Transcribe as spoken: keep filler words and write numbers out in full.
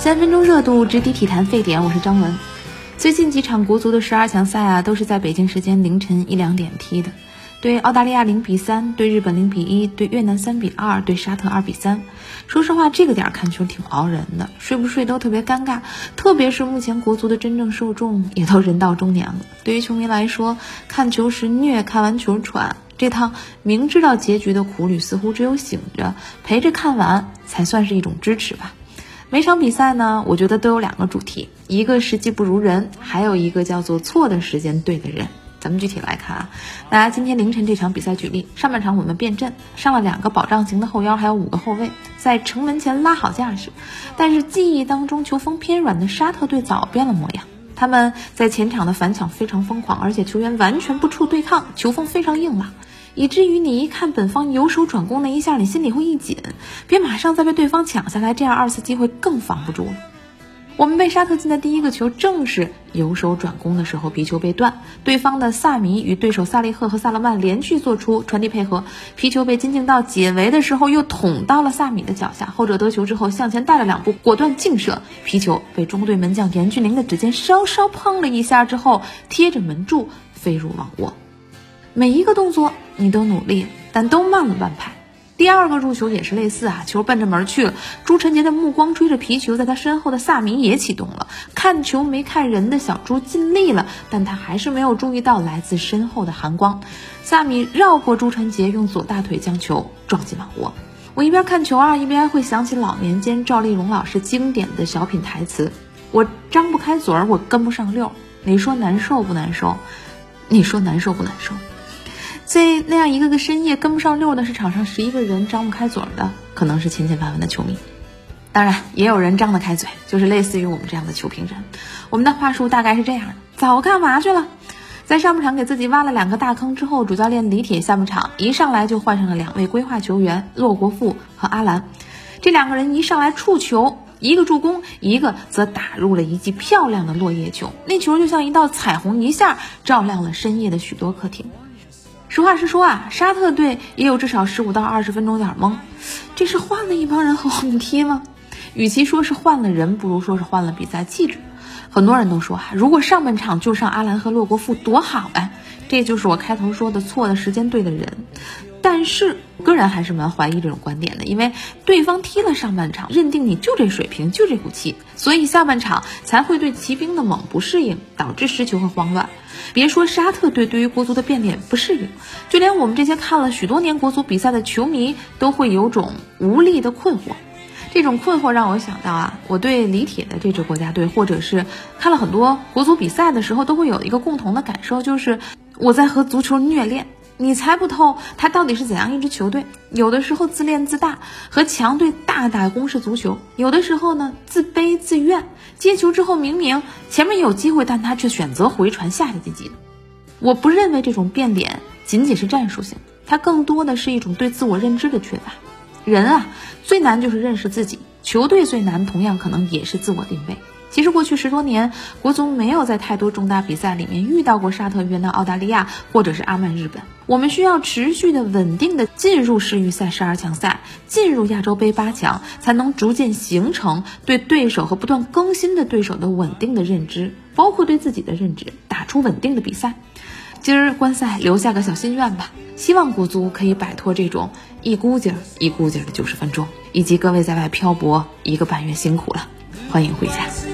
三分钟热度，直抵体坛沸点。我是张文。最近几场国足的十二强赛啊，都是在北京时间凌晨一两点踢的。对澳大利亚零比三，对日本零比一，对越南三比二，对沙特二比三。说实话，这个点看球挺熬人的，睡不睡都特别尴尬。特别是目前国足的真正受众也都人到中年了，对于球迷来说，看球时虐，看完球喘。这趟明知道结局的苦旅，似乎只有醒着陪着看完才算是一种支持吧。每场比赛呢，我觉得都有两个主题，一个是技不如人，还有一个叫做错的时间对的人。咱们具体来看啊，拿今天凌晨这场比赛举例，上半场我们变阵，上了两个保障型的后腰，还有五个后卫，在城门前拉好架势。但是记忆当中球风偏软的沙特队早变了模样，他们在前场的反抢非常疯狂，而且球员完全不处对抗，球风非常硬朗，以至于你一看本方由守转攻那一下，你心里会一紧，别马上再被对方抢下来，这样二次机会更防不住了。我们被沙特进的第一个球正是由守转攻的时候，皮球被断，对方的萨米与对手萨利赫和萨勒曼连续做出传递配合，皮球被金敬道解围的时候又捅到了萨米的脚下，后者得球之后向前带了两步，果断劲射，皮球被中队门将严俊凌的指尖稍稍碰了一下之后，贴着门柱飞入网窝。每一个动作你都努力，但都慢了半拍。第二个入球也是类似啊，球奔着门去了，朱晨杰的目光追着皮球，在他身后的萨米也启动了，看球没看人的小朱尽力了，但他还是没有注意到来自身后的寒光。萨米绕过朱晨杰，用左大腿将球撞进网窝。我一边看球啊，一边会想起老年间赵丽蓉老师经典的小品台词：我张不开嘴儿，我跟不上溜，你说难受不难受？你说难受不难受？在那样一个个深夜跟不上溜的是场上十一个人，张不开嘴的可能是千千万万的球迷。当然也有人张得开嘴，就是类似于我们这样的球评人。我们的话术大概是这样的：早干嘛去了？在上半场给自己挖了两个大坑之后，主教练李铁下半场一上来就换上了两位规划球员骆国富和阿兰。这两个人一上来触球，一个助攻，一个则打入了一记漂亮的落叶球，那球就像一道彩虹，一下照亮了深夜的许多客厅。实话实说啊，沙特队也有至少十五到二十分钟有点懵，这是换了一帮人和我们踢吗？与其说是换了人，不如说是换了比赛气质。很多人都说啊，如果上半场就上阿兰和骆国富多好啊，这就是我开头说的错的时间对的人。但是个人还是蛮怀疑这种观点的，因为对方踢了上半场，认定你就这水平，就这股气，所以下半场才会对骑兵的猛不适应，导致失球和慌乱。别说沙特队对于国足的变脸不适应，就连我们这些看了许多年国足比赛的球迷都会有种无力的困惑。这种困惑让我想到啊，我对李铁的这支国家队，或者是看了很多国足比赛的时候，都会有一个共同的感受，就是我在和足球虐恋。你猜不透他到底是怎样一支球队，有的时候自恋自大，和强队大打攻势足球，有的时候呢自卑自怨，接球之后明明前面有机会，但他却选择回传下一击。我不认为这种变脸仅仅是战术性，它更多的是一种对自我认知的缺乏。人啊，最难就是认识自己，球队最难同样可能也是自我定位。其实过去十多年，国足没有在太多重大比赛里面遇到过沙特、越南、澳大利亚或者是阿曼、日本。我们需要持续的、稳定的进入世预赛十二强赛，进入亚洲杯八强，才能逐渐形成对对手和不断更新的对手的稳定的认知，包括对自己的认知，打出稳定的比赛。今儿观赛留下个小心愿吧，希望国足可以摆脱这种一股劲儿一股劲儿的九十分钟，以及各位在外漂泊一个半月辛苦了，欢迎回家。